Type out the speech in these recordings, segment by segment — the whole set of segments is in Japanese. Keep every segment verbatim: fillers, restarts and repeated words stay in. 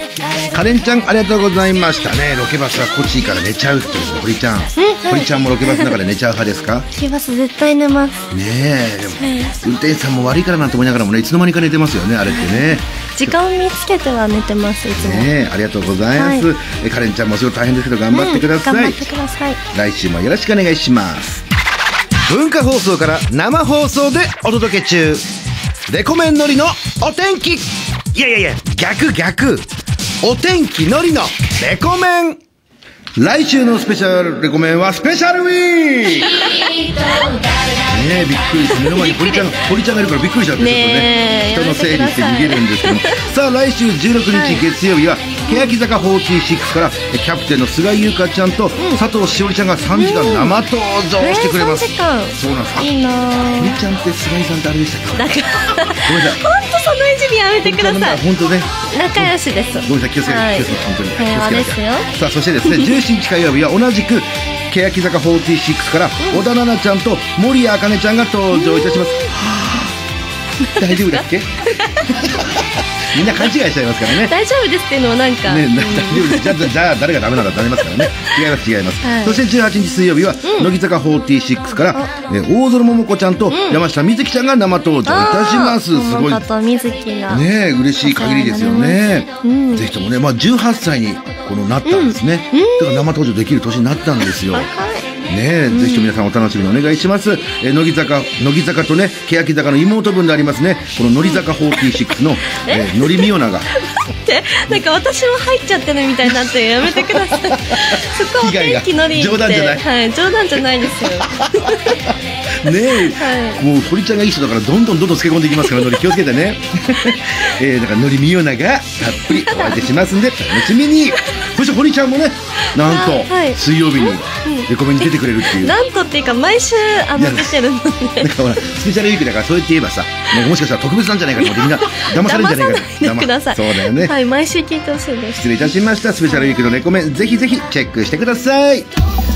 カレンちゃんありがとうございましたね。ロケバスはこっちから寝ちゃうってことです。堀ちゃん、堀ちゃんもロケバスの中で寝ちゃう派ですか？ ロケバス絶対寝ますねえ。でも運転手さんも悪いからなと思いながらもね、いつの間にか寝てますよね、あれってね。 時間を見つけては寝てますいつもね。ありがとうございます、はい、えカレンちゃんもお仕事大変ですけど頑張ってください、 うん、頑張ってください。 来週もよろしくお願いします。文化放送から生放送でお届け中、レコメンのりのお天気。いやいやいや、逆逆、お天気のりのレコメン。来週のスペシャルレコメンはスペシャルウィークねえ、びっくりして目の前に堀ちゃんが堀ちゃんがいるからびっくりしちゃって、ちょっとね人のせいにして逃げるんですけどもさあ来週じゅうろくにち月曜日は、はい、欅坂フォーティーシックスからキャプテンの菅井優香ちゃんと、うん、佐藤栞里ちゃんがさんじかん生登場してくれます、うん、えー、さんじかんそうなんです。 いいなぁ。 堀ちゃんって菅井さんってあれでしたっけ？ だからごめんなさい、本当そのいじりやめてください。 本当ね、 仲良しです。 ごめんなさい、気をつけて、はい、気をつけて、本当に平和ですよ。 さあそしてですねじゅうしちにち火曜日は同じく欅坂フォーティーシックスから、うん、小田奈々ちゃんと守谷茜ちゃんが登場いたします、うん、大丈夫だっけみんな勘違いしちゃいますからね。 大丈夫ですっていうのはなんか、 ね、大丈夫です。じゃあ、じゃあ誰がダメなんだってなりますからね。違います違います、はい、そしてじゅうはちにち水曜日は、うん、乃木坂フォーティーシックスからえ大園桃子ちゃんと山下美月ちゃんが生登場いたします、すごい桃子と美月がね、嬉しい限りですよね、うん、ぜひともね、まあ、じゅうはっさいにこのなったんですね、うんうん、だから生登場できる年になったんですよねえ、うん、ぜひと皆さんお楽しみにお願いします。え乃木坂乃木坂とね欅坂の妹分でありますね、この乃木坂フォーティーシックスの、えー、のりみおながってなんか私も入っちゃってるみたいになってやめてくださいそこは天気のりって冗談じゃない、 はい、冗談じゃないですよねえ、はい、もう堀ちゃんがいい人だからどんどんどんどんつけ込んでいきますから、のり気をつけてねえー、だからのりみおながたっぷりお相手しますんで楽しみにそして堀ちゃんもね、なんと水曜日にレコメンに出てくれるっていう、 なんとっていうか毎週あの出てるので、 なんかほらスペシャルウィークだからそうやって言えばさ、もしかしたら特別なんじゃないかと思ってみんな騙されるんじゃないかと。 騙さないでください。 そうだよね。 はい、毎週聞いてほしいです。 失礼いたしました。スペシャルウィークのレコメンぜひぜひチェックしてください。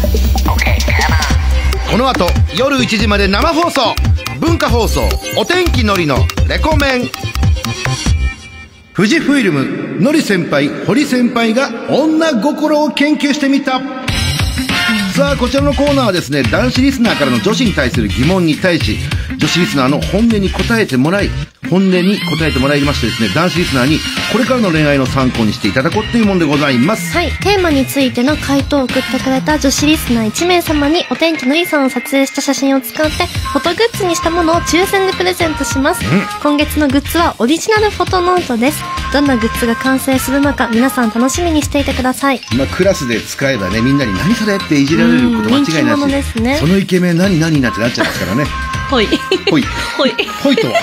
この後夜いちじまで生放送、文化放送お天気のりのレコメン。富士フイルムのり先輩堀先輩が女心を研究してみた。さあこちらのコーナーはですね、男子リスナーからの女子に対する疑問に対し女子リスナーの本音に答えてもらい本音に答えてもらいましてですね、男子リスナーにこれからの恋愛の参考にしていただこうというものでございます。 はい、テーマについての回答を送ってくれた女子リスナーいちめい様にお天気のりさんを撮影した写真を使ってフォトグッズにしたものを抽選でプレゼントします、うん、今月のグッズはオリジナルフォトノートです。どんなグッズが完成するのか皆さん楽しみにしていてください。 まあ、クラスで使えばね、みんなに何それっていじられること間違いなし、人気者ですね、そのイケメン何何なんてなっちゃいますからねほいほいほいほいとは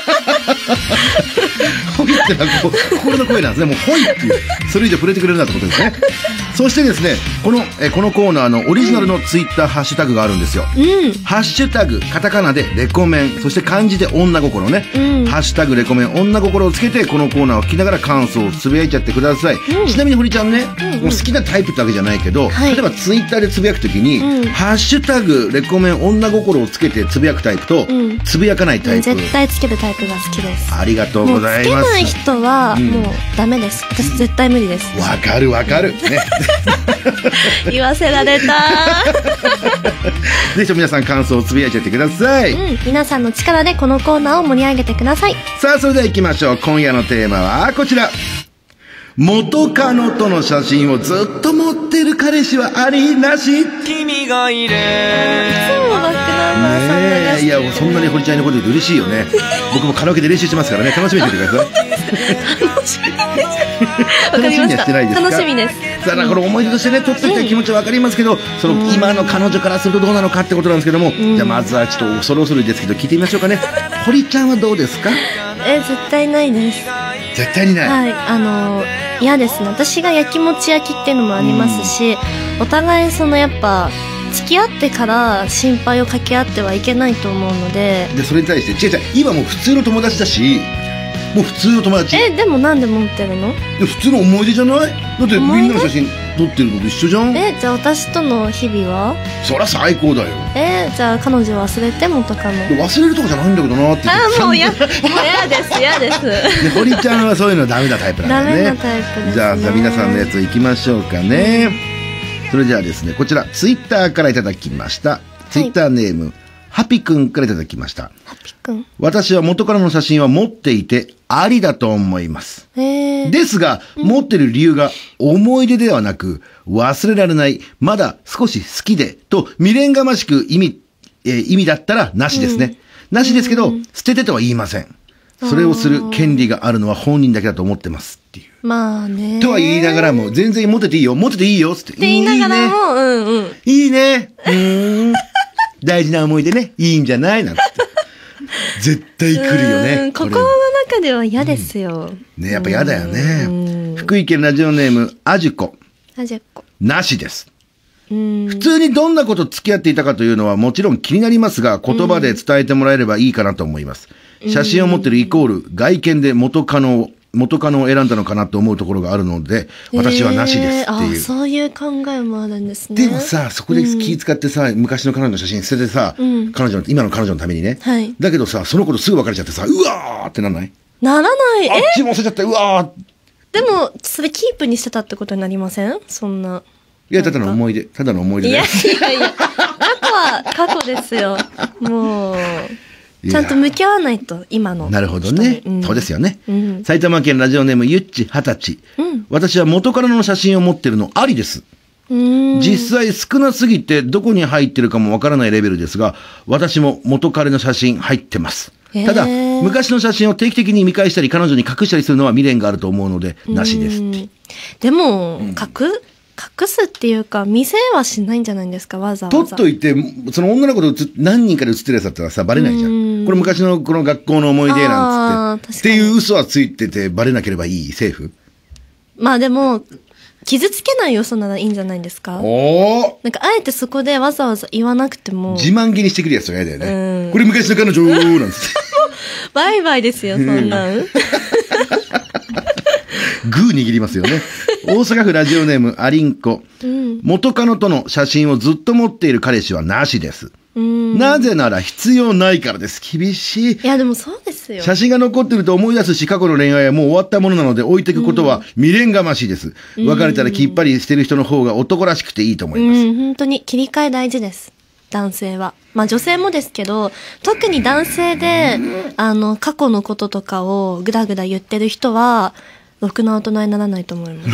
ほいってのはこう心の声なんですね。もうほいっていう、それ以上触れてくれるなってことですねそしてですね、このえこのコーナーのオリジナルのツイッターハッシュタグがあるんですよ、うん、ハッシュタグカタカナでレコメン、そして漢字で女心ね、うん、ハッシュタグレコメン女心をつけてこのコーナーを聞きながら感想をつぶやいちゃってください、うん、ちなみに堀ちゃんね、うんうん、もう好きなタイプってわけじゃないけど、はい、例えばツイッターでつぶやくときに、うん、ハッシュタグレコメン女心をつけてつぶやくタイプと、うん、つぶやかないタイプ、 絶対つけるタイプが好きです。 ありがとうございます。 つけない人はもうダメです、うん、私絶対無理です。 わかるわかる、ね、 言わせられたぜひと皆さん感想をつぶやいちゃってください、 うん、皆さんの力でこのコーナーを盛り上げてください。 さあそれでは行きましょう。今夜のテーマはこちら。元カノとの写真をずっと持ってる彼氏はありなし。 君がいる。 いつもバックナンバーさん流してる。 いやそんなに堀ちゃんのこと言って嬉しいよね僕もカラオケで練習してますからね、楽しみにしててください楽しみですわかりました。楽しみです。 さあこれ思い出としてね取っておきたい気持ちは分かりますけど、うん、その今の彼女からするとどうなのかってことなんですけども、うん、じゃあまずはちょっと恐る恐るですけど聞いてみましょうかね堀ちゃんはどうですか？ え絶対ないです。 絶対にない。 はい、あの嫌ですね。私がやきもち焼きっていうのもありますし、うん、お互いそのやっぱ付き合ってから心配をかけ合ってはいけないと思うので、 でそれに対して違う違う今もう普通の友達だしもう普通の友達。 え、でもなんで持ってるの？ で普通の思い出じゃない？だってみんなの写真撮ってるのと一緒じゃん。 え、じゃあ私との日々は？ そりゃ最高だよ。 え、じゃあ彼女忘れて元カノ。 忘れるとかじゃないんだけどなって言って。 あ、もうや、もうやですやです。 で堀ちゃんはそういうのダメなタイプなんだね。 ダメなタイプですね。 じゃあさ皆さんのやついきましょうかね。それじゃあですね、こちらツイッターからいただきました。ツイッターネーム、はい、ハピくんからいただきました。 ハピくん。 私は元からの写真は持っていてありだと思います。 へー。 ですが、うん、持ってる理由が思い出ではなく、忘れられない、まだ少し好きで、と未練がましく意味、えー、意味だったらなしですね。うん、なしですけど、うん、捨ててとは言いません。それをする権利があるのは本人だけだと思ってますっていう。 まあね。 とは言いながらも、全然持ってていいよ、持ってていいよ、つって。って言いながらも、うんうん。 いいね。うーん。大事な思い出ね、いいんじゃないなんつって。絶対来るよね。 心の中では嫌ですよ。 うん、ね、やっぱ嫌だよね。福井県ラジオネーム、あじこ。 あじこ。 なしです。普通にどんなこと付き合っていたかというのはもちろん気になりますが、言葉で伝えてもらえればいいかなと思います。写真を持ってるイコール、外見で元カノを、元カノを選んだのかなと思うところがあるので、私はなしですっていう。 えー、あ、そういう考えもあるんですね。 でもさ、そこで気使ってさ、うん、昔の彼女の写真捨ててさ、うん、彼女の、今の彼女のためにね。はい。だけどさ、その子とすぐ別れちゃってさ、うわーってなんない？ ならない。えあっちも捨てちゃって、うわー。 でも、それキープにしてたってことになりません？そんな。 いや、ただの思い出。ただの思い出いやいやいや、過去は過去ですよ。もう。ちゃんと向き合わないと、今の。 なるほどね。うん、そうですよね、 うん。 埼玉県ラジオネームゆっちはたち、うん。私は元からの写真を持ってるのありです。実際少なすぎてどこに入ってるかもわからないレベルですが、私も元彼の写真入ってます。ただ、昔の写真を定期的に見返したり彼女に隠したりするのは未練があると思うので、なしですって。 でも、うん、隠隠すっていうか、見せはしないんじゃないんですか、わざわざ。 撮っといて、その女の子と何人かで写ってるやつだったらさ、バレないじゃん。これ昔のこの学校の思い出なんつって。っていう嘘はついてて、バレなければいい、セーフ？ まあでも、傷つけない嘘ならいいんじゃないですか？ おー！ なんか、あえてそこでわざわざ言わなくても。 自慢げにしてくるやつが嫌だよね。これ昔の彼女なんつって。 バイバイですよ、そんなん。 グー握りますよね。大阪府ラジオネームアリンコ、うん、元カノとの写真をずっと持っている彼氏はなしです。なぜなら必要ないからです。厳しい。 いやでもそうですよ。 写真が残ってると思い出すし、過去の恋愛はもう終わったものなので置いていくことは未練がましいです。うん、別れたらきっぱりしてる人の方が男らしくていいと思います。 うん、本当に切り替え大事です。男性は。まあ女性もですけど、特に男性で、あの、過去のこととかをぐだぐだ言ってる人は、ろくな大人にならないと思います。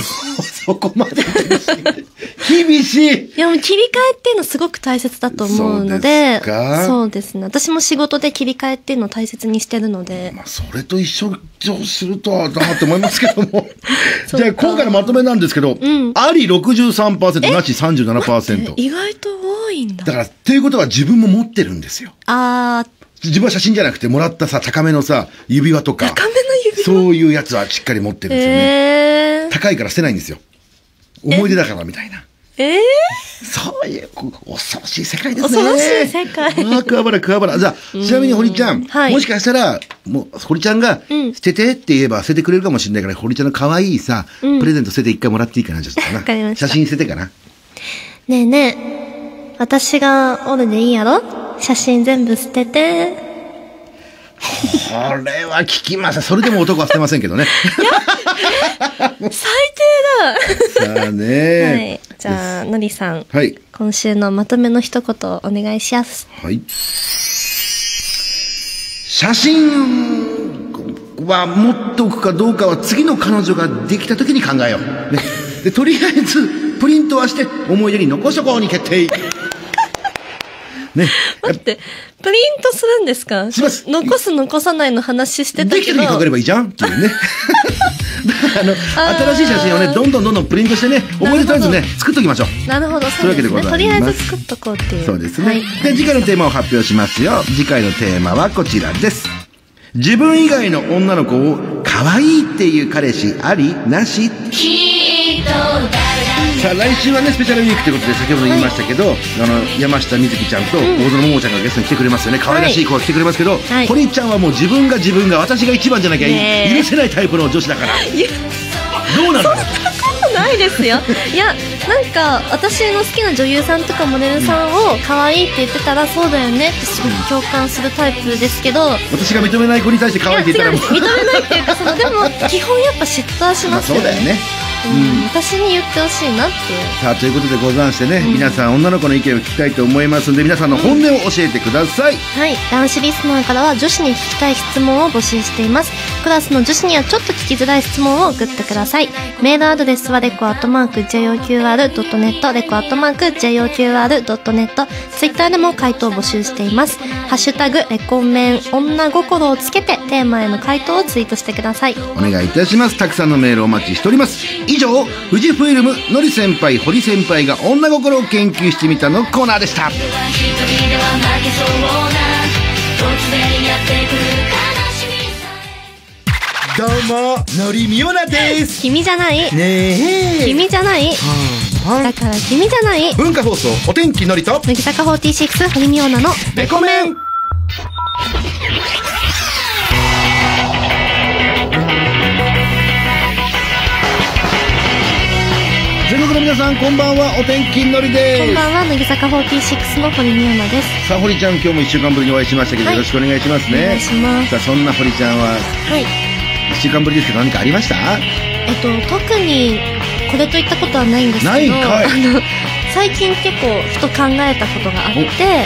そこまで厳しい。厳しい。 いやもう切り替えっていうのすごく大切だと思うので、そうですか？そうですね。私も仕事で切り替えっていうのを大切にしてるので。 まあそれと一緒にするとはだなって思いますけども。じゃあ今回のまとめなんですけど、うん、あり ろくじゅうさんパーセント、なし さんじゅうななパーセント。 意外と多いんだ。 だから、っていうことは自分も持ってるんですよ。 あー。 自分は写真じゃなくてもらったさ、高めのさ、指輪とか。 高めの指輪？ そういうやつはしっかり持ってるんですよね。 えー、 高いから捨てないんですよ。思い出だからみたいな。 ええー、 そういう、恐ろしい世界ですね。 恐ろしい世界。 ああ、桑原、桑原。じゃあ、ちなみに堀ちゃん、はい、もしかしたら、もう、堀ちゃんが、捨ててって言えば捨ててくれるかもしれないから、堀ちゃんの可愛いさ、うん、プレゼント捨てて一回もらっていいかな、じゃあ、 わかりました。 写真捨ててかな。 ねえねえ、私がおるでいいやろ？写真全部捨てて。 これは聞きません。それでも男は捨てませんけどね。 最低だ。さあね。 はい。じゃあ、のりさん。 はい。 今週のまとめの一言お願いします。 はい。写真は持っておくかどうかは次の彼女ができた時に考えよう。ね。で、とりあえず、プリントはして思い出に残しとこうに決定。ね。 待って、プリントするんですか？ します。 残す残さないの話してたけど。 できた時にかかればいいじゃんっていうね。あの、新しい写真をね、どんどんどんどんプリントしてね、思い出とりあえずね、作っときましょう。 なるほど、そうですね。とりあえず作っとこうっていう。 そうですね。はい、で、次回のテーマを発表しますよ。次回のテーマはこちらです。自分以外の女の子を可愛いっていう彼氏あり？なし？きっと誰ださあ来週はねスペシャルウィークということで先ほど言いましたけど、はい、あの山下美月ちゃんと大園桃ちゃんがゲストに来てくれますよね。可愛らしい子が来てくれますけど、はい、堀ちゃんはもう自分が自分が私が一番じゃなきゃ許せないタイプの女子だからどうなのかな。 ないですよ。いや、なんか私の好きな女優さんとかモデルさんを可愛いって言ってたらそうだよねってすごく共感するタイプですけど、 私が認めない子に対して可愛いって言ったらもう認めないっていうかそのでも基本やっぱ嫉妬はしますよね。 まあそうだよね。 うん、私に言ってほしいなっていう。 さあということでございましてね、うん、皆さん女の子の意見を聞きたいと思いますので皆さんの本音を教えてください、うん、 はい。男子リスナーからは女子に聞きたい質問を募集しています。クラスの女子にはちょっと聞きづらい質問を送ってください。メールアドレスはレコアットマーク ジェイオーキューアールドットネット レコアットマーク ジェイオーキューアールドットネット。ツイッターでも回答を募集しています。ハッシュタグレコメン女心をつけてテーマへの回答をツイートしてください。 お願いいたします。たくさんのメールをお待ちしております。以上富士フイルムのり先輩堀先輩が女心を研究してみたのコーナーでした。どうものりみおなです。 君じゃないねえ君じゃない、はあ、だから君じゃない。 文化放送お天気のりと乃木坂フォーティーシックス堀美央奈のレコメン。全国の皆さんこんばんは、お天気のりです。 こんばんは、乃木坂フォーティーシックスの堀美央奈です。 さあ堀ちゃん、今日もいっしゅうかんぶりにお会いしましたけど、はい、よろしくお願いしますね。 お願いします。 さあそんな堀ちゃんは、はい、いっしゅうかんぶりですけど何かありました？ えっと特にこれといったことはないんですけど、 ないかい。 あの最近結構ふと考えたことがあって、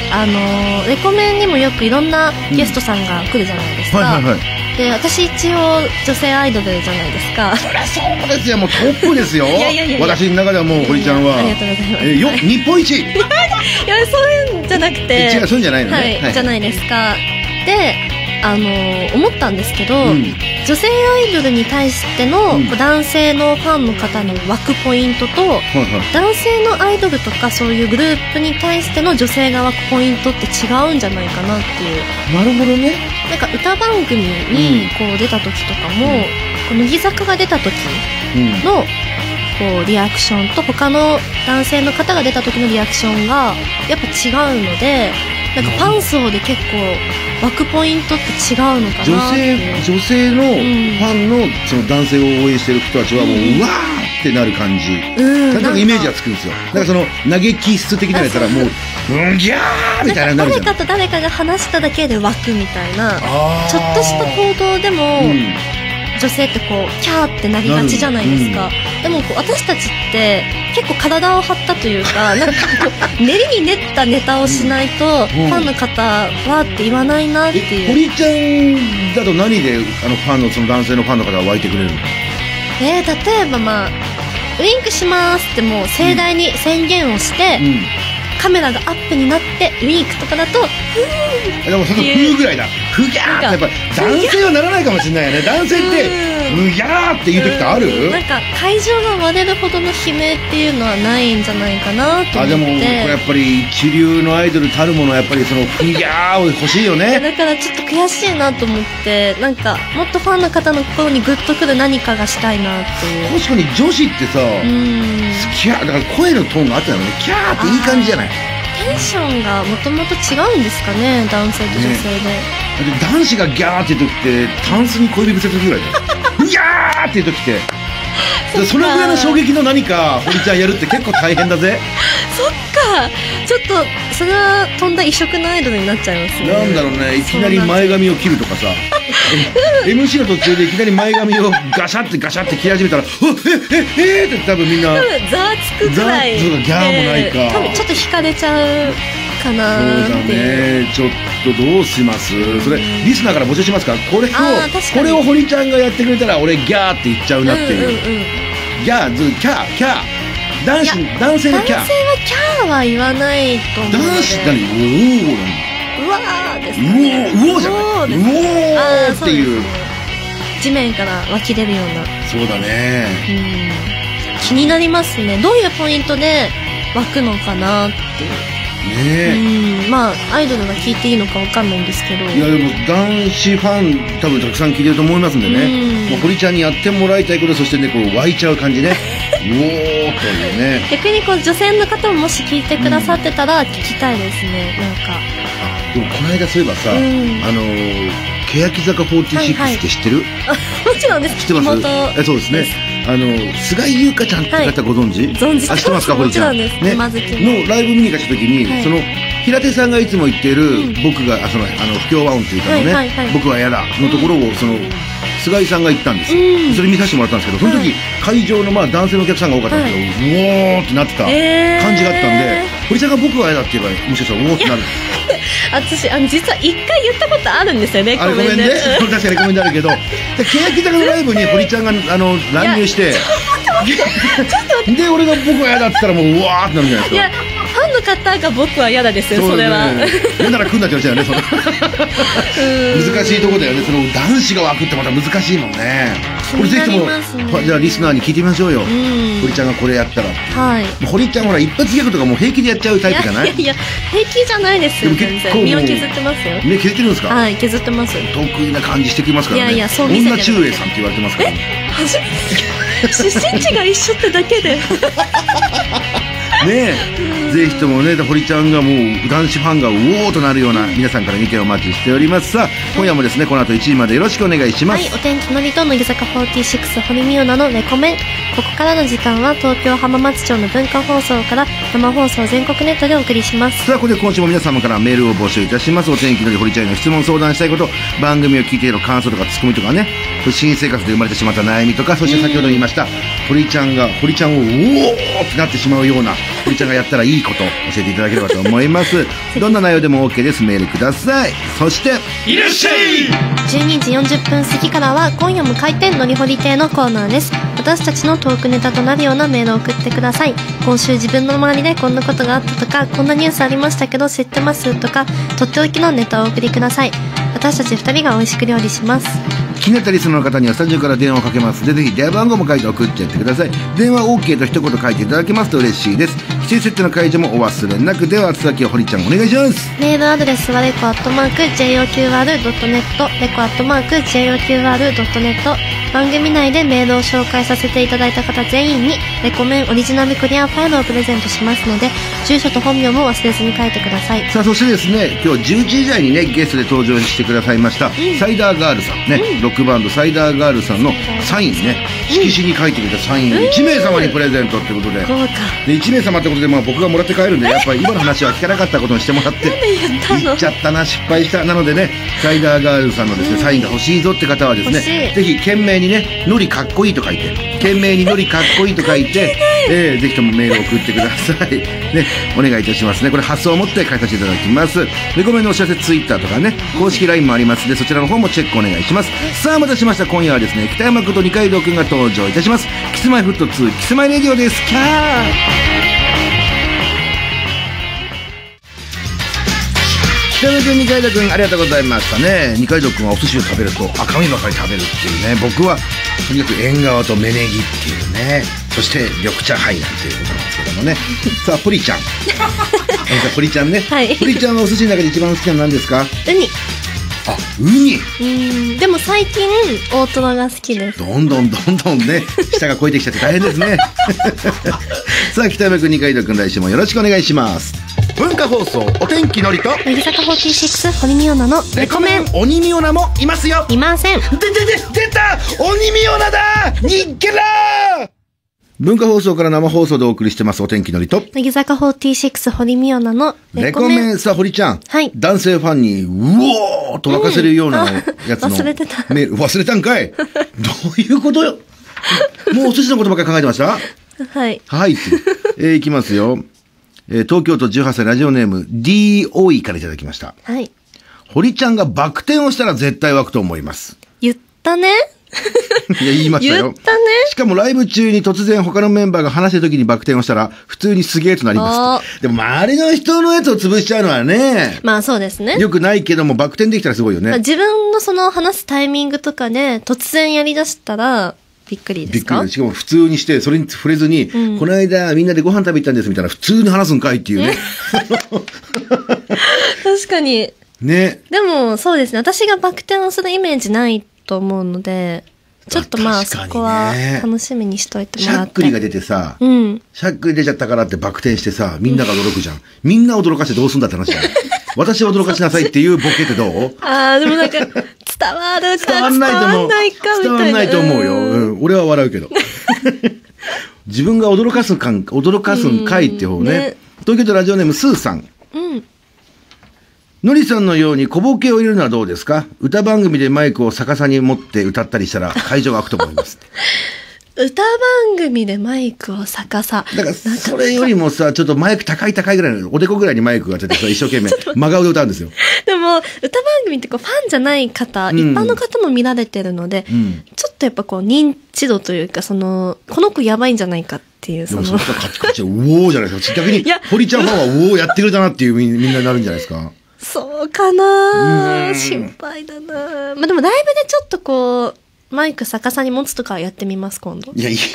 あのレコメンにもよくいろんなゲストさんが来るじゃないですか、うん、はいはいはい。で私一応女性アイドルじゃないですか。 そりゃそうですよ、もうトップですよ。いやいやいやいや、私の中ではもう堀ちゃんは、 ありがとうございます。 えよ日本一。いやそういうんじゃなくて、 違う、そういうんじゃないのね、 はいはいはい、じゃないですか。であの思ったんですけど、うん、女性アイドルに対しての、うん、男性のファンの方の湧くポイントと、はいはい、男性のアイドルとかそういうグループに対しての女性が湧くポイントって違うんじゃないかなっていう。 なるほどね。 なんか歌番組にこう出た時とかも、うん、こう乃木坂が出た時の、うん、こうリアクションと他の男性の方が出た時のリアクションがやっぱ違うので、なんかファン層で結構湧くポイントって違うのかなっていう。 女性、女性のファンの、うん、その男性を応援してる人たちはもう、うん、うわーってなる感じ、うん、なんかイメージがつくんですよ。だからその投げキッス的なやつらもううんギャーみたいななるじゃん。 誰かと誰かが話しただけで湧くみたいな、ちょっとした行動でも、うん、女性ってこうキャーってなりがちじゃないですか、うん、でもこう私たちって結構体を張ったというか、なんか練りに練ったネタをしないと、うん、ファンの方はって言わないなっていう。 堀ちゃんだと何であのファンのその男性のファンの方が湧いてくれるの？ えー、例えばまあウインクしますってもう盛大に宣言をして、うんうん、カメラがアップになってウインクとかだとフーでもそのフーぐらいだ、フギャーってやっぱ男性はならないかもしれないよね。男性ってフギャーって言う時ってある？ なんか会場が割れるほどの悲鳴っていうのはないんじゃないかなと思って。 あ、でもこれやっぱり一流のアイドルたるものはやっぱりそのフギャーを欲しいよね。 だからちょっと悔しいなと思って、なんかもっとファンの方の心にグッとくる何かがしたいなっていう。 確かに女子ってさ、キャーだから声のトーンがあったよね。キャーっていい感じじゃない？ テンションがもともと違うんですかね、男性と女性で、ね、 男子がギャーって言う時ってタンスに小指ぶせる時ぐらいだよギャーって言う時ってそれぐらいの衝撃の何か堀ちゃんやるって結構大変だぜそっか、ちょっとそれはとんだ異色のアイドルになっちゃいますね。 なんだろうね、いきなり前髪を切るとかさエムシー の途中でいきなり前髪をガシャってガシャって切り始めたらええええって多分みんなざわつくくらいギャーもないか、 多分ちょっと惹かれちゃうかなーって。そうだね、ちょっとどうします？それリスナーから募集しますか？これをこれを堀ちゃんがやってくれたら俺ギャーって言っちゃうなっていう、うんうんうん、ギャーズキャーキャー男子男性のキャー、男性はキャーは言わないと思うので、 男子何うおーうわーですね。 うおーうおーじゃないうおーっていう地面から湧き出るような。 そうだね、 うん、気になりますね。どういうポイントで湧くのかなっていう。 ねうん、まあアイドルが聞いていいのかわかんないんですけど。 いやでも男子ファン多分たくさん聞いてると思いますんでね、もう堀ちゃんにやってもらいたいこと、そしてねこう湧いちゃう感じねうおーというね。 逆にこう女性の方ももし聞いてくださってたら聞きたいですね、なんか。 でもこの間そういえばさ、 うん、 あのー、欅坂フォーティーシックスって知ってる？ もちろんです。 知ってます？え、そうですね。あの菅井優香ちゃんって方ご存知？ はい、存じてます。 あ、知ってますか、堀ちゃん。 もちろんです。 ね、のライブ見に行った時に、はい、その平手さんがいつも言っている、うん、僕があそのあの不協和音っていうかのね、はいはいはい、僕は嫌だのところをその菅井さんが言ったんですよ、うん、それ見させてもらったんですけど、その時、はい、会場のまあ男性のお客さんが多かったんですけど、はい、うおーってなってた感じがあったんで、堀ちゃんが僕は嫌だって言えばもしかしたらうおーってなる。 私あの実は一回言ったことあるんですよね。 あれごめんね。確かにごめんねあるけど、欅坂のライブに堀ちゃんがあの乱入して。で俺が僕は嫌だって言ったらもううわーってなるじゃないですか。 いやファンの方が僕は嫌だですよ、それは。 嫌なら来んなって言われちゃうよね、難しいとこだよね、その男子が湧くってまた難しいもんね。これぜひともじゃあリスナーに聞いてみましょうよ、堀ちゃんがこれやったら。はい、堀ちゃんほら一発ギャグとかもう平気でやっちゃうタイプじゃない？ いやいや平気じゃないですよ、全然身を削ってますよ。 ね、削ってるんですか？ はい、削ってます。 得意な感じしてきますからね。 いやいや、そう見せてる。 女中英さんって言われてますからね。 え、初めて出身地が一緒ってだけでねえ、ぜひともね、堀ちゃんがもう男子ファンがうおーとなるような皆さんから意見をお待ちしております。さあ今夜もですねこの後いちじまでよろしくお願いします。 はい、お天気のりと乃木坂フォーティーシックス堀美央奈のレコメン。ここからの時間は東京浜松町の文化放送から生放送全国ネットでお送りします。 さあここで今週も皆様からメールを募集いたします。お天気のり堀ちゃんへの質問相談したいこと、番組を聞いている感想とかツッコミとかね、新生活で生まれてしまった悩みとか、そして先ほど言いました堀ちゃんが堀ちゃんをうおーってなってしまうような堀ちゃんがやったらいいこと教えていただければと思いますどんな内容でも OK です。メールください。そしていらっしゃい。 じゅうにじよんじゅっぷん過ぎからは今夜も開店のりほり亭のコーナーです。私たちのトークネタとなるようなメールを送ってください。今週自分の周りでこんなことがあったとか、こんなニュースありましたけど知ってますとか、とっておきのネタをお送りください。私たちふたりが美味しく料理します。 気になったリスナーの方にはスタジオから電話をかけますので、ぜひ電話番号も書いて送ってやってください。電話 OK と一言書いていただけますと嬉しいです。規制設定の解除もお忘れなく。では宛先を堀ちゃんお願いします。 メールアドレスはレコアットマーク ジェイオーキューアールドットネット、レコアットマーク ジェイオーキューアールドットネット。番組内でメールを紹介させていただいた方全員にレコメンオリジナルクリアファイルをプレゼントしますので、住所と本名も忘れずに書いてください。 さあそしてですね、今日じゅういちじ台にねゲストで登場してくださいました、うん、サイダーガールさんね、うん、ロックバンドサイダーガールさんのサインね、色紙に書いてくれたサインをいちめい様にプレゼントってことで、 豪華でいちめい様ってことで、まあ、僕がもらって帰るんで、やっぱり今の話は聞かなかったことにしてもらって言っちゃったな、失敗した。なのでね、サイダーガールさんのですね、うん、サインが欲しいぞって方はですね、ぜひ懸命にね、ノリかっこいいと書いて、懸命にノリかっこいいと書いて、えー、ぜひともメールを送ってくださいね、お願いいたしますね。これ発送を持って返させていただきます。レコメンのお知らせツイッターとかね、公式 ライン もありますので、そちらの方もチェックお願いします。さあまたしました。今夜はですね、北山君と二階堂君が登場いたします。キスマイフットツーキスマイレディオです。キャー。北山君、二階堂君ありがとうございましたね。二階堂君はお寿司を食べると赤身ばかり食べるっていうね、僕はとにかく縁側と芽ネギっていうね、そして緑茶ハイなんていうことなんですけどもねさあポリちゃんポリちゃんね、はい、ポリちゃんはお寿司の中で一番好きなのは何ですか？ ウニ。 あ、ウニ。 うん、でも最近大トロが好きです。 どんどんどんどんね舌が超えてきちゃって大変ですねさあ北山君、二階堂君、来週もよろしくお願いします。文化放送お天気のりと乃木坂フォーティーシックス堀美央奈のレコメン鬼美央奈もいますよ。 いません。 ででで出た鬼美央奈だにっけらー。文化放送から生放送でお送りしてますお天気のりと乃木坂フォーティーシックス堀美央奈のレコメン。レコメン。さあ堀ちゃん、はい、男性ファンにうおーと沸かせるようなやつの、うん、忘れてたメール忘れたんかいどういうことよもうお寿司のことばっかり考えてました。 はいはい、えー、いきますよ。えー、東京都じゅうはっさいラジオネーム ディーオーイー からいただきました。 はい。 堀ちゃんがバク転をしたら絶対湧くと思います。 言ったねいや言いましたよ。 言ったね。 しかもライブ中に突然他のメンバーが話してる時にバク転をしたら普通にすげえとなります。でも周りの人のやつを潰しちゃうのはね、 まあそうですね。 よくないけどもバク転できたらすごいよね。 まあ、自分のその話すタイミングとかで突然やりだしたらびっくりでびっすか？ くり。しかも普通にして、それに触れずに、 うん、 この間みんなでご飯食べ行ったんですみたいな、普通に話すんかいっていうね。 確かに。 ね。 でも、そうですね。私がバク転をするイメージないと思うので、ちょっとまあ、そこは楽しみにしといてもらって。 しゃっくりが出てさ、 うん、 しゃっくり出ちゃったからってバク転してさ、みんなが驚くじゃん。みんな驚かしてどうすんだって話じゃん。私を驚かしなさいっていうボケってどう？ ああ、でもなんか、伝わるか伝わんないと思う。 伝わんないかみたいな。 伝わんないと思うよ。うん。俺は笑うけど。自分が驚かすかん、驚かすんかいって方ね。ね、東京都ラジオネームスーさん。 うん。 のりさんのように小ボケを入れるのはどうですか？歌番組でマイクを逆さに持って歌ったりしたら会場が開くと思います。 歌番組でマイクを逆さ。 だから、それよりもさ、ちょっとマイク高い高いぐらいの、おでこぐらいにマイクが当ててさ、一生懸命、真顔で歌うんですよ。 でも、歌番組ってこう、ファンじゃない方、うん、一般の方も見られてるので、うん、ちょっとやっぱこう、認知度というか、その、この子やばいんじゃないかっていう、 その。でもそっか、カチカチ、うおーじゃないですか。逆に、堀ちゃんファンは、うおーやってくれたなっていうみんなになるんじゃないですか。 そうかな、心配だな。まあでもライブでちょっとこう、マイク逆さに持つとかやってみます、今度。 いや、いいって。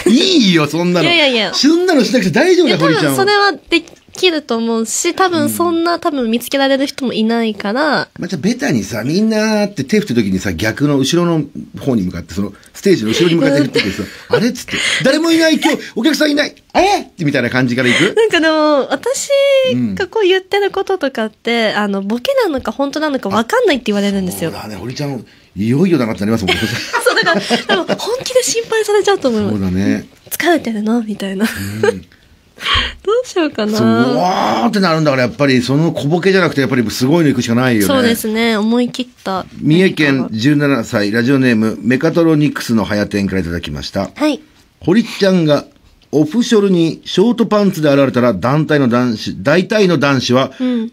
いいよ、そんなの。 いやいやいや。 そんなのしなくて大丈夫だよ、堀ちゃんは。 多分それはできると思うし、多分そんな、うん、多分見つけられる人もいないから。 まあ、じゃあベタにさ、みんなって手振ってる時にさ、逆の後ろの方に向かって、その、ステージの後ろに向かって振っててさ、あれっつって、誰もいない、今日、お客さんいない、あれってみたいな感じからいく？ なんかでも、私がこう言ってることとかって、うん、あの、ボケなのか本当なのか分かんないって言われるんですよ。 そうだね、堀ちゃん、いよいよだなってなりますもんね。 そう、だから、でも本気で心配されちゃうと思います。 そうだね。 疲れてるのみたいな。うん、どうしようかな。 そう、わーってなるんだから、やっぱりその小ボケじゃなくて、やっぱりすごいの行くしかないよね。 そうですね。思い切った。 三重県じゅうななさい、ラジオネーム、メカトロニクスの早店からいただきました。 はい。 堀ちゃんが、オフショルにショートパンツで現れたら、団体の男子、大体の男子は、うん、う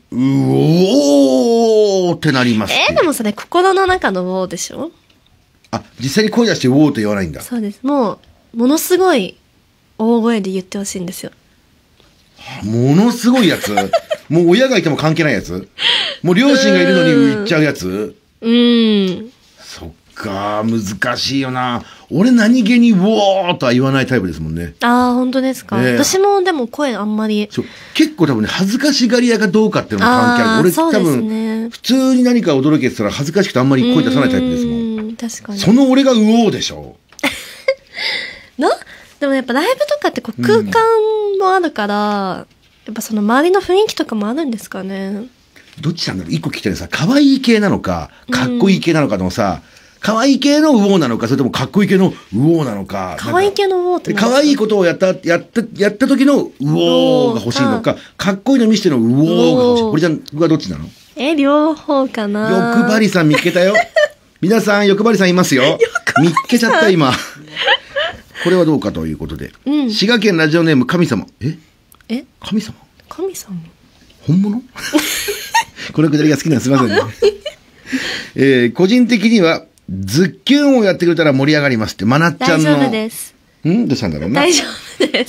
おーってなります。 えー、でもそれ、心の中のウォーでしょ？ あ、実際に声出してウォーって言わないんだ。 そうです。もう、ものすごい大声で言ってほしいんですよ。 ものすごいやつもう親がいても関係ないやつもう両親がいるのに言っちゃうやつうーん。 そっか、難しいよな。俺何気にウォーとは言わないタイプですもんね。 ああ、本当ですか、えー、私もでも声あんまり。 そう。結構多分ね、恥ずかしがり屋かどうかっていうのが関係ある。俺多分、ね、普通に何か驚けてたら恥ずかしくてあんまり声出さないタイプですもん。 うん、確かに。 その俺がウォーでしょなでもやっぱライブとかってこう空間もあるから、うん、やっぱその周りの雰囲気とかもあるんですかね。 どっちなんだろう。一個聞きたいのさ、可愛い系なのか、かっこいい系なのかのさ、うん、可愛い系のウォーなのか、それともかっこいい系のウォーなのか。 可愛い系のウォーって可愛いことをやった、やった、やった時のウォーが欲しいのか、かっこいいの見せてのウォーが欲しい。これじゃんはどっちなの？ え、両方かな。 欲張りさん見っけたよ。皆さん、欲張りさんいますよ。見っけちゃった、今。これはどうかということで。うん、滋賀県ラジオネーム神様。ええ神様神様本物このくだりが好きなんです。すいませんね。えー、個人的には、ズッキュンをやってくれたら盛り上がりますって、まなっちゃんの。 大丈夫です。 んどうしたんだろうな。 大丈夫です。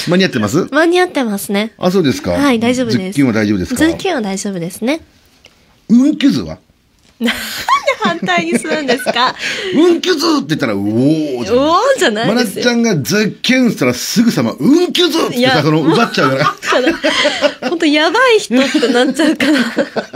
間に合ってます？ 間に合ってますね。 あ、そうですか。 はい、大丈夫です。 ズッキュンは大丈夫ですか？ ズッキュンは大丈夫ですね。 うんきゅずはなんで反対にするんですか？ うんきゅずって言ったら、うおーじゃん。 おーじゃないですよ。 まなっちゃんがズッキュンって言ったらすぐさま、うんきゅずってさ、その、奪っちゃうから。 ほんとやばい人ってなっちゃうから。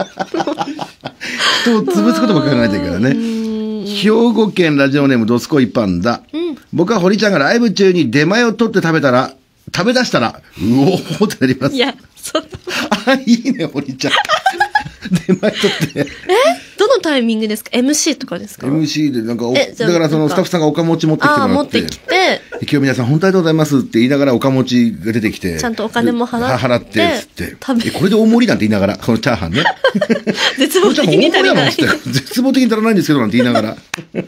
人を潰すことば考えてるからね。兵庫県ラジオネームドスコイパンダ。うん、僕は堀ちゃんがライブ中に出前を取って食べたら、食べ出したら、うおーってなります。 いや、そんな。 あ、いいね、堀ちゃん。出前取って。えどのタイミングですか？ エムシー とかですか？ エムシー でなんか、だからそのスタッフさんがおかもち持ってきてもらって。あ、 持ってきて。 今日皆さん本当にありがとうございますって言いながらおかもちが出てきて。 ちゃんとお金も払って。 払って、つって。え、これで大盛りなんて言いながら、このチャーハンね。 絶望的に足りない。 絶望的に足らないんですけどなんて言いながら。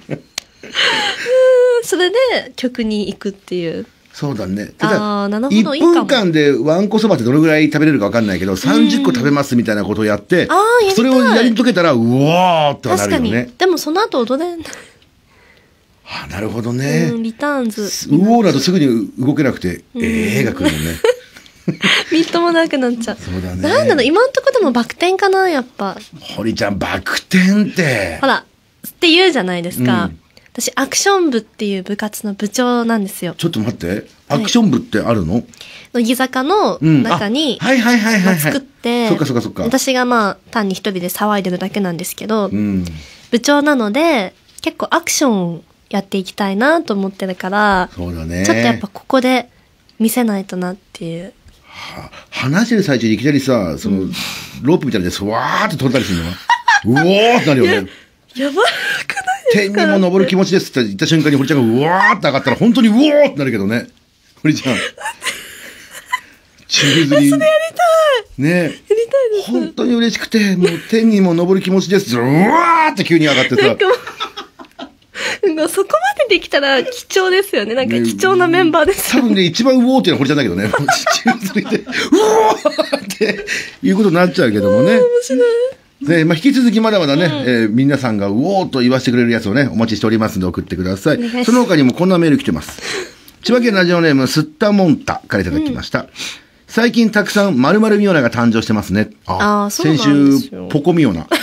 それで曲に行くっていう。 そうだね。 ああ、なるほど。 いっぷんかんでわんこそばってどのぐらい食べれるか分かんないけど、さんじゅっこ食べますみたいなことをやって、それをやり遂げたら、うわーってなるよね。確かに。 でもその後踊れん。 あ、なるほどね。 うん、リターンズ。 うおーだとすぐに動けなくて、ええが来るもんね。 みっともなくなっちゃう。 そうだね。 なんだろう、今んとこでもバク転かな、やっぱ。 堀ちゃん、バク転って。 ほら、って言うじゃないですか。 私アクション部っていう部活の部長なんですよ。 ちょっと待って。アクション部ってあるの？ 乃木坂の中に、 はいはいはいはい。 作って、 そっかそっかそっか。 私がまあ単に一人で騒いでるだけなんですけど、 うん、 部長なので結構アクションをやっていきたいなと思ってるから、 そうだね。 ちょっとやっぱここで見せないとなっていう。 は話してる最中にいきなりさ、その、うん、ロープみたいなやつわーって飛んだりするのうおーってなるよね。 やばくないですか？ 天にも登る気持ちですって言った瞬間に堀ちゃんがうわーって上がったら本当にうおーってなるけどね。堀ちゃん。宙吊り。それやりたい。ね。やりたいです。本当に嬉しくて、もう天にも登る気持ちです。うわーって急に上がってさ。 なんかもうそこまでできたら貴重ですよね。なんか貴重なメンバーですよね。多分ね、一番うおーっていうのは堀ちゃんだけどね。宙吊りで、うおーっていうことになっちゃうけどもね。面白い。で、まあ、引き続きまだまだね、うん、えー、皆さんがうおーと言わせてくれるやつをね、お待ちしておりますので送ってください。その他にもこんなメール来てます。千葉県ラジオネーム、すったもんたからいただきました。うん、最近たくさん〇〇ミオナが誕生してますね。 ああ、そうなんですよ。 先週、ポコミオナ。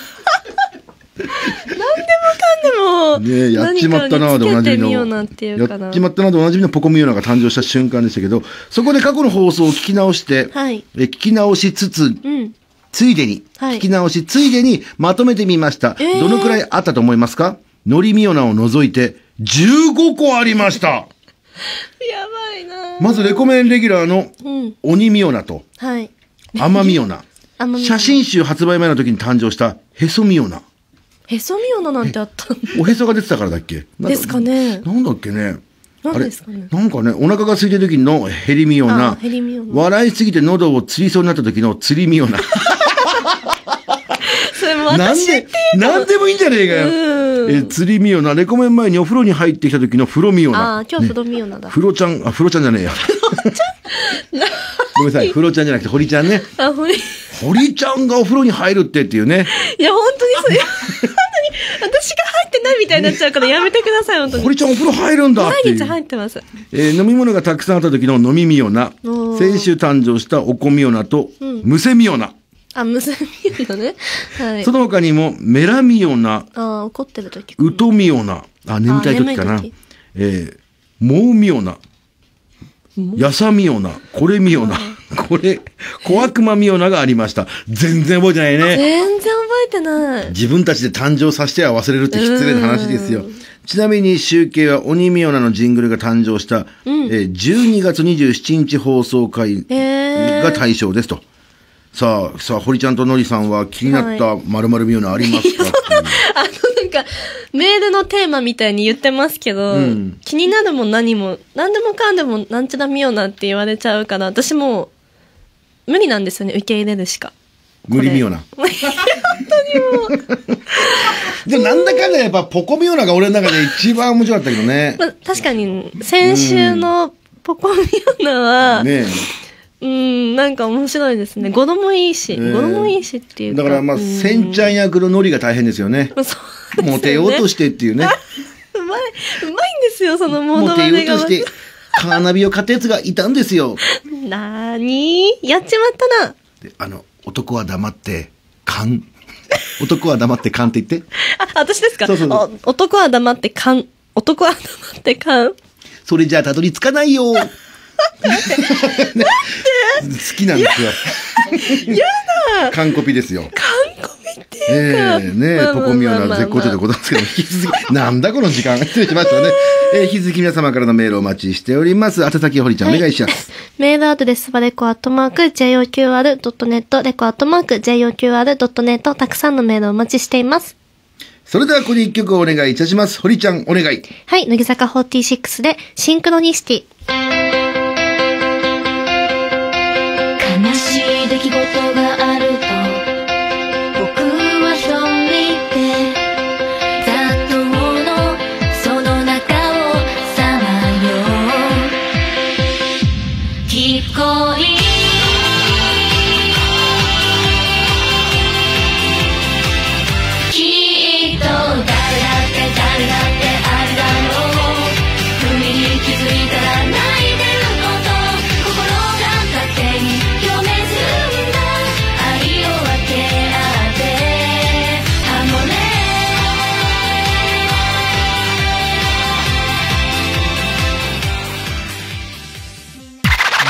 何でもかんでも、 ね、やっちまったなでおなじみの、 やっちまったなでおなじみのポコミオナが誕生した瞬間でしたけど、そこで過去の放送を聞き直して、はい、え聞き直しつつ、うん、ついでに、はい、聞き直し、ついでにまとめてみました。えー、どのくらいあったと思いますか？のりみおなを除いてじゅうごこありました。やばいな。 まずレコメンレギュラーの鬼みおなと、はい、甘みおな。写真集発売前の時に誕生したへそみおな。 へそみおななんてあったの？ おへそが出てたからだっけ？ ですかね。 なんだっけね。 何ですかね。 なんかね、お腹が空いてる時のヘリみおな。ヘリみおな。笑いすぎて喉をつりそうになった時の釣りみおな。 それも私っていうの。なんでもいいんじゃねえかよ。え、釣りみおな。レコメン前にお風呂に入ってきた時の風呂みおな。 ああ、今日風呂みおなだ。 風呂ちゃん、あ、風呂ちゃんじゃねえや。風呂ちゃんごめんなさい、風呂ちゃんじゃなくて堀ちゃんね。あ、堀。堀ちゃんがお風呂に入るってっていうね。 いや、本当にそれ、本当に、私が入ってないみたいになっちゃうからやめてください、本当に。 堀ちゃんお風呂入るんだっていう。 毎日入ってます。 えー、飲み物がたくさんあった時の飲みみおな。先週誕生したおこみおなと、むせみおな。 あ、むせみおなね。はい。 その他にも、メラみおな。 あ、怒ってる時。 うとみおな。あ、眠たい時かな。えー、もうみおな。やさみおな。これみおな。これ、小悪魔みおながありました。全然覚えてないね。 全然覚えてない。 自分たちで誕生させては忘れるって失礼な話ですよ。ちなみに集計は鬼みおなのジングルが誕生した、うん、えー、じゅうにがつにじゅうしちにち放送回が対象ですと。さあ、さあ、堀ちゃんとのりさんは気になった〇〇みおなありますか？はい、 あの、なんか、メールのテーマみたいに言ってますけど、うん、気になるも何も、何でもかんでもなんちゃらみおなって言われちゃうから、私もう、無理なんですよね、受け入れるしか。 無理みおな。 本当にもう。 でもなんだかんだやっぱポコみおなが俺の中で一番面白かったけどね。 まあ、確かに、先週のポコみおなは、うん、ねうん、なんか面白いですね。語呂もいいし、語呂もいいしっていうか。 だからまあ、せんちゃん役のノリが大変ですよね。そうですよね。モテようとしてっていうね。 うまい、うまいんですよ、そのモノマネが。 モテようとして、カーナビを買ったやつがいたんですよ。 なーにーやっちまったな。 で、あの、男は黙って、勘。男は黙って勘って言って。 あ、私ですか？そうそうそう。男は黙って勘。男は黙って勘。 それじゃあたどり着かないよ。 なんで好きなんですよ。 やだ。 完コピですよ。 完コピっていうか。 ええねえ、ポコミオナ絶好調でございますけど、引き続き、なんだこの時間。失礼しましたね。えー、引き続き皆様からのメールをお待ちしております。あたさきほりちゃん、はい、お願いします。 メールアドレスはレコアットマーク ジェイオーキューアールドットネット、レコアットマーク ジェイオーキューアールドットネット、たくさんのメールをお待ちしています。 それではここに一曲お願いいたします。ほりちゃん、お願い。 はい、乃木坂フォーティーシックスで、シンクロニシティ。 悲しい出来事があると僕は一人で雑踏のその中をさまよう聞こえきっと誰だって誰だってあるだろう不意に気づいたら泣いてること心が勝手に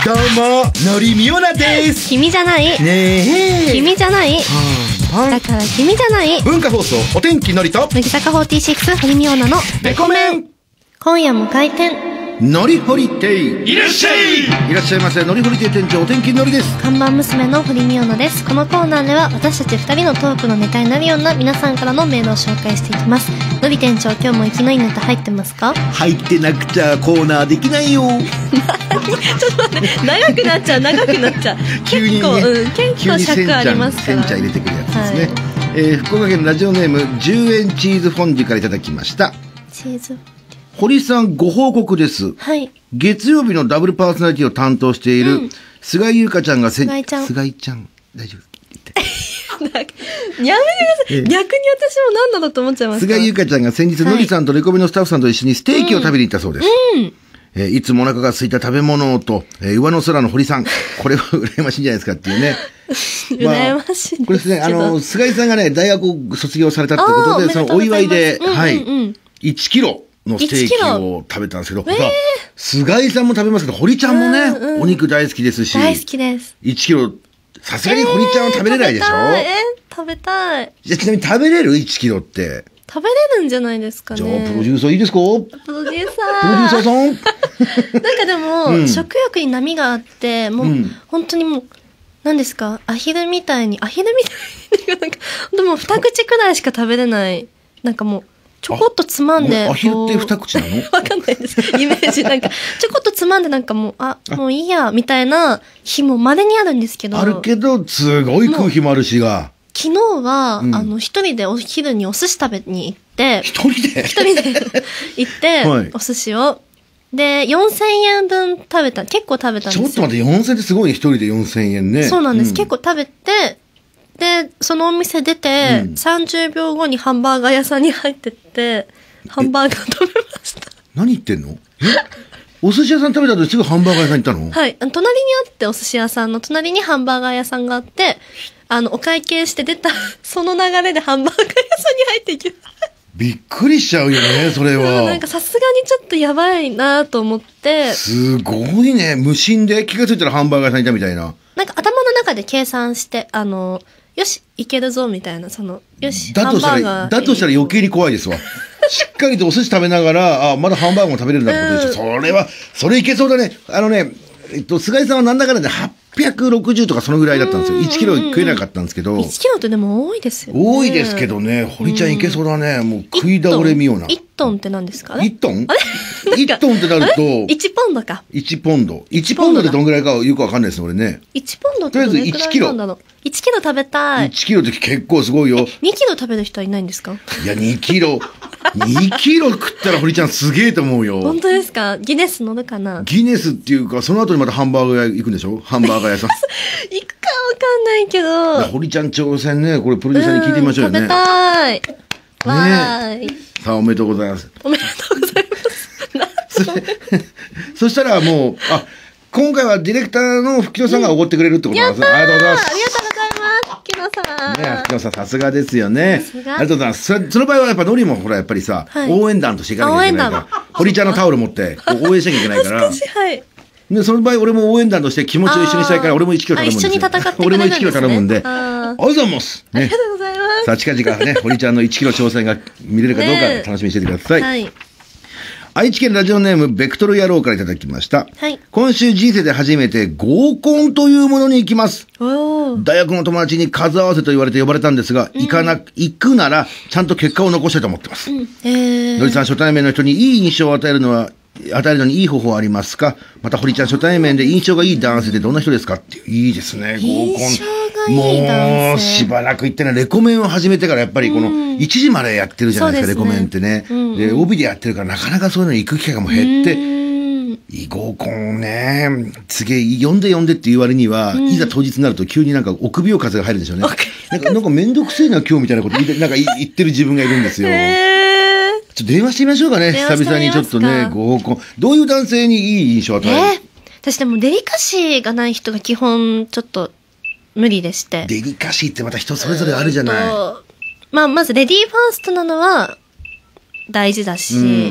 どうものりみおなです君じゃない。 ねえ君じゃない。 パンだから君じゃない。 文化放送お天気のりと乃木坂フォーティーシックス堀美央奈のレコメン今夜も開店。 のりほり亭いらっしゃいいらっしゃいませ。のりほり亭店長お天気のりです。 看板娘の堀美央奈です。このコーナーでは私たちふたりのトークのネタになるような皆さんからのメールを紹介していきます。のり店長、今日も生きのいいネタ入ってますか？ 入ってなくちゃコーナーできないよちょっと待って、長くなっちゃう長くなっちゃう急にね、 結構、うん、結構尺ありますから。 センチャー入れてくるやつですね、 はい、 えー、福岡県ラジオネームじゅうえんチーズフォンデュからいただきました。 チーズ堀さんご報告です。 はい。 月曜日のダブルパーソナリティを担当している、うん、菅井優香ちゃんがせ菅井ちゃん菅井ちゃん大丈夫やめてください。逆に私も何だろうと思っちゃいました。 菅井優香ちゃんが先日、はい、のりさんとレコメのスタッフさんと一緒にステーキを食べに行ったそうです。 うんうんえー、いつもお腹が空いた食べ物と、えー、上の空の堀さん、これは羨ましいんじゃないですかっていうね。 まあ、羨ましいんですけど。 これですね、あの、菅井さんがね、大学を卒業されたってことで、そのお祝いで、うんうんうん、はい、いちキロのステーキを食べたんですけど、えー、菅井さんも食べますけど、堀ちゃんもね、うんうん、お肉大好きですし、 大好きです。 いちキロ、さすがに堀ちゃんは食べれないでしょ？ えー、食べたい。 じゃあちなみに食べれる いちキロって。 食べれるんじゃないですかね。 じゃあ、プロデューサーいいですか？ プロデューサー。プロデューサーさんなんかでも、うん、食欲に波があって、もう、うん、本当にもう、何ですか、アヒルみたいに、アヒルみたいに、なんか、でも二口くらいしか食べれない。なんかもう、ちょこっとつまんで。 アヒルって二口なの？ わかんないです。イメージ。なんか、ちょこっとつまんでなんかもう、あ、もういいや、みたいな日も稀にあるんですけど。 あるけど、すごい食う日もあるしが。 昨日は、うん、あの、一人でお昼にお寿司食べに行って。 一人で一人で行って、はい、お寿司を。で、よんせんえんぶん食べた。結構食べたんですよ。 ちょっと待って、よんせんえんってすごいね。一人でよんせんえんね。 そうなんです。うん、結構食べて、で、そのお店出て、うん、さんじゅうびょうごにハンバーガー屋さんに入ってって、ハンバーガー食べました。 何言ってんの？えお寿司屋さん食べた後すぐハンバーガー屋さん行ったの？ はい。隣にあって、お寿司屋さんの隣にハンバーガー屋さんがあって、あの、お会計して出た、その流れでハンバーガー屋さんに入っていきました。 びっくりしちゃうよね、それは。 なんかさすがにちょっとやばいなと思って。 すごいね。無心で気がついたらハンバーガー屋さんいたみたいな。 なんか頭の中で計算して、あの、よし、いけるぞ、みたいな、その、よし、 だとしたら、だとしたら余計に怖いですわ。しっかりとお寿司食べながら、あ、まだハンバーガーも食べれるんだってことでしょ。うん、それは、それいけそうだね。あのね、えっと、菅井さんはなんだかんだではっぴゃくろくじゅうとかそのぐらいだったんですよ。いちキロ食えなかったんですけど。 いちキロってでも多いですよね。 多いですけどね、堀ちゃんいけそうだね。もう食い倒れみような。 いちトンって何ですかね？ いち トン ?いち トンってなると、 いちポンドか。 いちポンド。いちポンドでどんぐらいかよくわかんないですね、俺ね。 いちポンドってどれくらいなんだろう。いちキロ食べたい。 いちキロって結構すごいよ。 にキロ食べる人はいないんですか？ いや、にキロ。にキロ食ったら堀ちゃんすげえと思うよ。 本当ですか？ギネス乗るかな？ ギネスっていうか、その後にまたハンバーガー屋行くんでしょ？ハンバーガー屋さん。 行くかわかんないけど。 堀ちゃん挑戦ね、これプロデューサーに聞いてみましょうよね。 食べたい。わーい。 さあ、おめでとうございます。 おめでとうございます。 そしたらもう、あ、今回はディレクターの吹野さんがおごってくれるってことなんですね。ありがとうございます。 ありがとうございます。吹野さん。 ね、吹野さんさすがですよね。ありがとうございます。そ, その場合はやっぱノリもほらやっぱりさ、はい、応援団としていかなきゃいけないから、堀ちゃんのタオル持って応援しなきゃいけないから。 はい。 で、その場合俺も応援団として気持ちを一緒にしたいから俺もいちキロ頼むんですよ。 一緒に戦ってくれるんですね。 俺もいちキロ頼むんで。ありがとうございます。 ね、ありがとうございます。 さあ、近々ね、堀ちゃんのいちキロ挑戦が見れるかどうか楽しみにしててください。はい。愛知県ラジオネームベクトル野郎からいただきました。はい。今週人生で初めて合コンというものに行きます。お大学の友達に数合わせと言われて呼ばれたんですが、うん、行かな、行くならちゃんと結果を残したいと思ってます。うん、えー。のりさん初対面の人にいい印象を与えるのは、与えるのにいい方法はありますか？また堀ちゃん初対面で印象がいい男性ってどんな人ですかっていう。いいですね、合コン。 印象がいい男性。 もうしばらく行ってないレコメンを始めてからやっぱりこのいちじまでやってるじゃないですか、うん、レコメンってね。うんうん、で、帯でやってるからなかなかそういうの行く機会がもう減って、いい合コンね、次呼んで呼んでっていう割には、うん、いざ当日になると急になんか臆病風が入るんでしょうね。なんか、なんかめんどくせえな今日みたいなこと言って、なんか言ってる自分がいるんですよ。ちょっと電話してみましょうかね。久々にちょっとね、合コン。どういう男性にいい印象を与える？ えー、私でもデリカシーがない人が基本ちょっと無理でして。 デリカシーってまた人それぞれあるじゃない。 まあ、まずレディーファーストなのは大事だし、うん、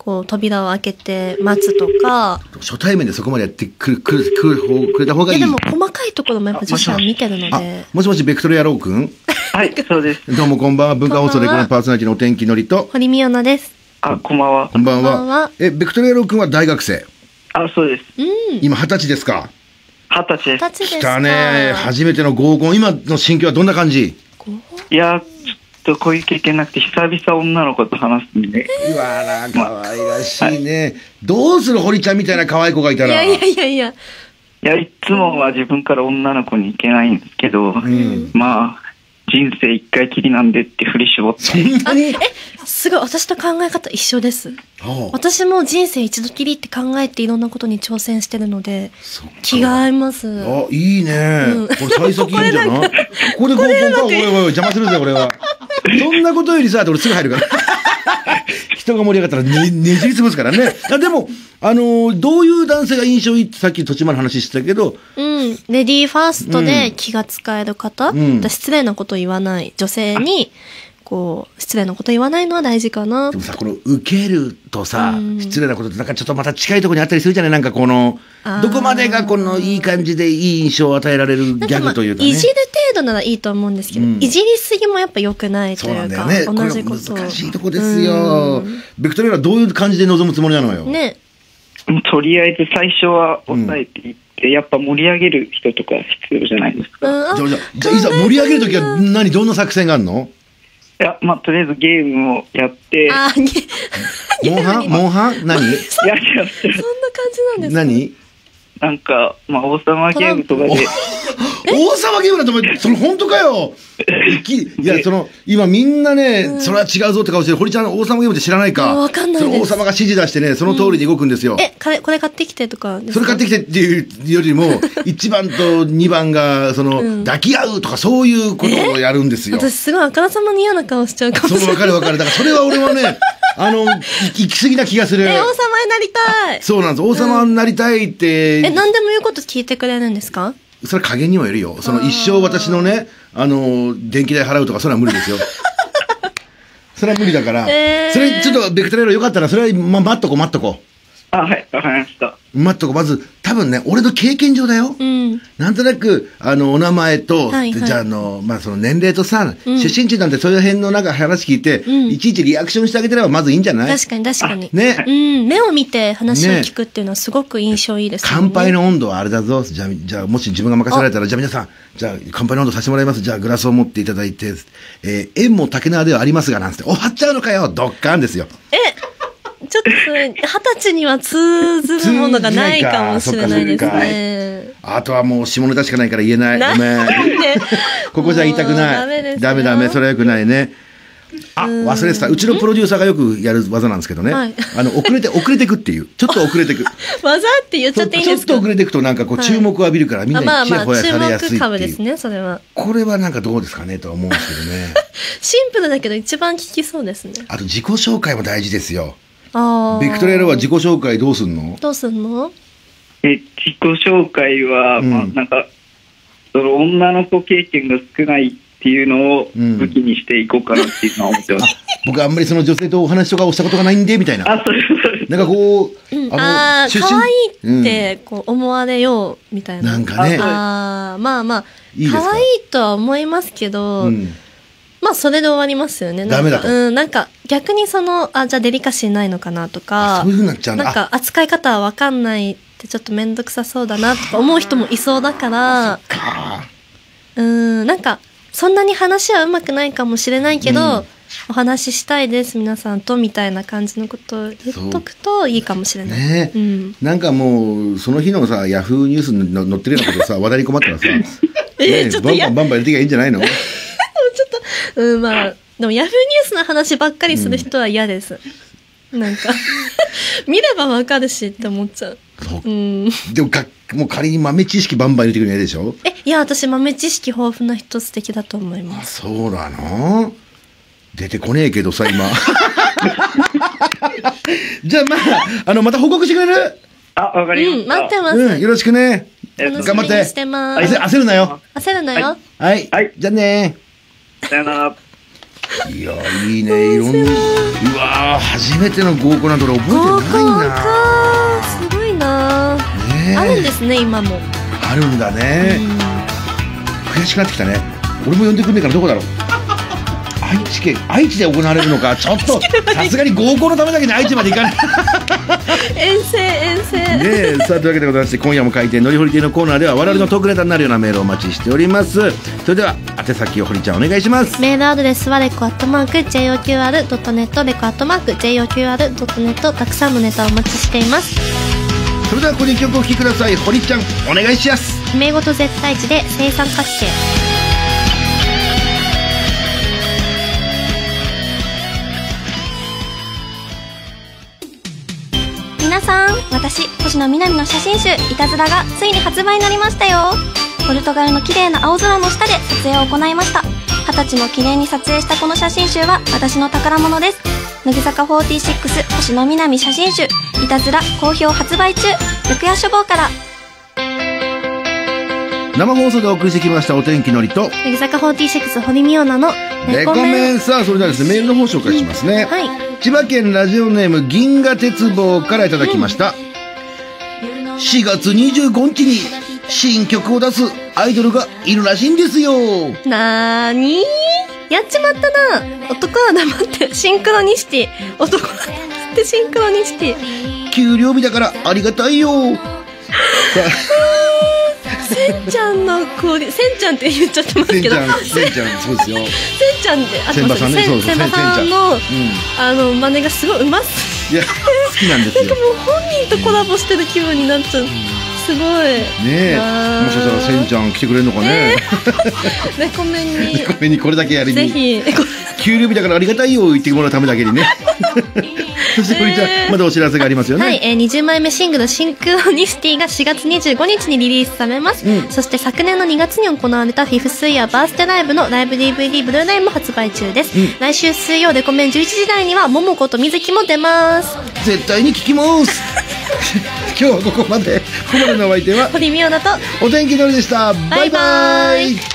こう扉を開けて待つとか。 初対面でそこまでやってくる、くる、くる方、くれた方がいい。 いやでも細かいところもやっぱ女子は見てるのあで。、 もしもし、ベクトル野郎くんはい、そうです。 どうもこんばんは。文化放送でこのパーソナリティのお天気のりと、 堀美央奈です。 あ、こんばんは。 こんばんこんばんはは。え、ベクトル野郎くんは大学生。 あ、そうです。 うん。 今二十歳ですか？ 二十歳です。 二十歳ですか。 来たね。初めての合コン。今の心境はどんな感じ？ いや、ちょっとこういう経験なくて、久々女の子と話すんで。 うわら、可愛らしいね。どうする堀ちゃんみたいな可愛い子がいたら。 いやいやいやいや。 いや、いつもは自分から女の子に行けないんですけど、 んまあ、人生一回きりなんでって振り絞って。 そんなに？ すごい、私と考え方一緒です。 ああ、 私も人生一度きりって考えていろんなことに挑戦してるので、 そっか気が合います。 あ、いいね。 うんこれ幸先いいんじゃない？ここで合コンか。おいおいおい、邪魔するぜ、俺は。そんなことよりさ、俺すぐ入るから。人が盛り上がったらね、ねじりつぶすからね。あでも、あのーどういう男性が印象いいってさっき途中まで話してたけど、 うん。レディーファーストで気が使える方、 うんだ失礼なこと言わない女性に、こう、失礼なこと言わないのは大事かなで。もさ、この受けるとさ、 うん失礼なことってなんかちょっとまた近いところにあったりするじゃない？なんかこのあー、 どこまでがこのいい感じでいい印象を与えられるギャグというかね。 いじる程度ならいいと思うんですけど、 うんいじりすぎもやっぱ良くないとそういうか、 なんだよね。こ同れはじことを。 難しいとこですようん。 ベクトリアはどういう感じで臨むつもりなのよ。 ね。 とりあえず最初は抑えていって、やっぱ盛り上げる人とか必要じゃないですか。 うん、あじゃあ、じゃあじゃあいざ盛り上げるときは何、どんな作戦があるの？ いや、まあ、とりあえずゲームをやって、 あー、げモンハンモンハン何いや、違う違う。 そんな感じなんですか？ 何なんか、まあ、王様ゲームとかで、 王様ゲームだと思って、それ本当かよ。いきいや、その、今みんなね、それは違うぞって顔してる。堀ちゃん、王様ゲームって知らないか。 うんわかんないですその王様が指示出してね、その通りに動くんですよ。 え、これ、これ買ってきてとかですか？ それ買ってきてっていうよりも、いちばんとにばんが、その、 うん抱き合うとかそういうことをやるんですよ。 私すごいあからさまに嫌な顔しちゃうかもしそう、 れない。 わかるわかる。だからそれは俺はね、あの、い行き過ぎな気がする。 え、王様になりたい。 そうなんです。王様になりたいって、 え、何でも言うこと聞いてくれるんですか？ それ加減にもよるよ。その一生私のね、あの、電気代払うとか、それは無理ですよ。それは無理だから、 えーそれちょっとベクトレーロよかったら、それは、ま、待っとこう、待っとこあ、はい、わかりました。 う。待っとこう。まず、多分ね、俺の経験上だよ。 うん。 なんとなく、あの、お名前と、 はいはいじゃあ、あの、まあ、その年齢とさ、 うん出身地なんてそういう辺のなんか話聞いて、 うんいちいちリアクションしてあげてればまずいいんじゃない？ 確かに確かに。 ね。 うん、目を見て話を聞くっていうのはすごく印象いいですよね。 乾杯の温度はあれだぞ。じゃあ、じゃあ、もし自分が任せられたら、じゃあ皆さん、じゃあ、乾杯の温度させてもらいます。じゃあ、グラスを持っていただいて、えー、縁も竹縄ではありますが、なんつって、おはっちゃうのかよ、ドッカーンですよ。 ちょっとそれ、二十歳には通ずるものがないかもしれないです通じないね。 あとはもう下ネタしかないから言えない。 なごめん。 んでここじゃ言いたくもうない。 ダメですよダメダメ、それはよくないね。あ、忘れてた。うちのプロデューサーがよくやる技なんですけどね。 はいあの、遅れて、遅れてくっていう。ちょっと遅れてく。 技って言っちゃっていいんですか？ ちょっと遅れてくとなんかこう注目を浴びるからみんなあまあまあ、 にチヤホヤ注されやすいって目株でいう。 すね、それは。 これはなんかどうですかねとは思うんですけどね。 シンプルだけど一番聞きそうですね。 あと自己紹介も大事ですよ。 ああ。 ビクトリアルは自己紹介どうすんの？ どうすんの？ え、自己紹介は、 うんまあ、なんか、その女の子経験が少ないっていうのをうん武器にしていこうかなっていうのは思ってます。 僕あんまりその女性とお話とかをしたことがないんでみたいな。 あ、それそれ。 なんかこう、 うん、ああ、 出身可愛いっうて、こう、思われよう、みたいな。 なんかねああ、まあまあ、 いいですか可愛いとは思いますけど、 うんまあ、それで終わりますよね。なんかダメだとうん、なんか、逆にその、あ、じゃあデリカシーないのかなとあかそういう、ふうになっちゃうんだ。 なんか、扱い方はわかんないってちょっとめんどくさそうだなとか思う人もいそうだから、 かうん、なんか、そんなに話はうまくないかもしれないけど、 うんお話ししたいです、皆さんと、みたいな感じのことを言っとくといいかもしれない。 ねえ、 うん。 なんかもうその日のさヤフーニュースに載ってるようなことさ話題に困ったらさ、ねえちょっとやバンバンバンバン入れてきゃいいんじゃないの？ ちょっと、うん、まあ、でもヤフーニュースの話ばっかりする人は嫌です。なんか、見ればわかるしって思っちゃう。 そううん。 でもかもう仮に豆知識バンバン入れてくるの嫌でしょ？ え、いや、私豆知識豊富な人素敵だと思いあます。 そうなの？出てこねえけどさ今。じゃあまああのまた報告してくれる？ あ、わかりまうん、 した。 待ってます。 うんよろしくね。 楽し頑張ってみにしてます。 焦焦るなよ。 焦るなよ。 はい。 はいじゃあねさよなら。 いやいいね、いろんな。うわー、初めての合コンなんて俺覚合コえてないンな。 かすごいな、 ねえ、 あるんですね今も。 あるんだね。悔しくなってきたね。俺も呼んでくんねえからどこだろう。愛知県、愛知で行われるのか。ちょっとさすがに合コンのためだけに愛知まで行かない。 遠征遠征ねえ、さあというわけでございまして、今夜も開店のりほり亭のコーナーでは我々のトークネタになるようなメールをお待ちしております。それでは宛先を堀ちゃんお願いします。 メールアドレスはレコアットマーク ジェイオーキューアールドットネット、レコアットマーク ジェイオーキューアールドットネット、たくさんのネタをお待ちしています。 それではここに曲を聴きください。堀ちゃんお願いします。 決め事絶対値で正三角形。 皆さん、私星野みなみの写真集いたずらがついに発売になりましたよ。ポルトガルの綺麗な青空の下で撮影を行いました。二十歳の記念に撮影したこの写真集は私の宝物です。乃木坂フォーティーシックス星野みなみ写真集いたずら好評発売中。緑谷書房から。 生放送でお送りしてきましたお天気のりと乃木坂フォーティーシックス堀美央奈のレコメン。さあそれではですね、メールの方紹介しますね。 はい、 千葉県ラジオネーム銀河鉄棒からいただきました、うん、しがつにじゅうごにちに新曲を出すアイドルがいるらしいんですよ。 なーにー、やっちまったな。男は黙ってシンクロニシティ、男は黙ってシンクロニシティ。 給料日だからありがたいよ。 せんちゃんのクオリ、せんちゃんって言っちゃってますけど、 せんちゃん、せんちゃん、そうですよ。 せんちゃんで、あ、 千葉さんね、そうです。 千葉さんの、うん、あの真似がすごいうます。 いや、好きなんですよ。 なんかもう本人とコラボしてる気分になっちゃう。すごい。ねえ、もしかしたらせんちゃん来てくれるのかね。 レコメンに。 レコメンにこれだけやりに。 ぜひ。 給料日だからありがたいよ言ってもらうためだけにね。そして堀ちゃん、えー、まだお知らせがありますよね。 はい、えー、にじゅうまいめシングルシンクロニシティがしがつにじゅうごにちにリリースされます、うん、そして昨年のにがつに行われたフィフスイヤーバースデーライブのライブ ディーブイディー ブルーレイも発売中です、うん、来週水曜レコメンじゅういちじ台には桃子と水木も出ます。 絶対に聞きます。今日はここまで。ここまでのお相手は堀美央奈とお天気のりでした。バイバイ。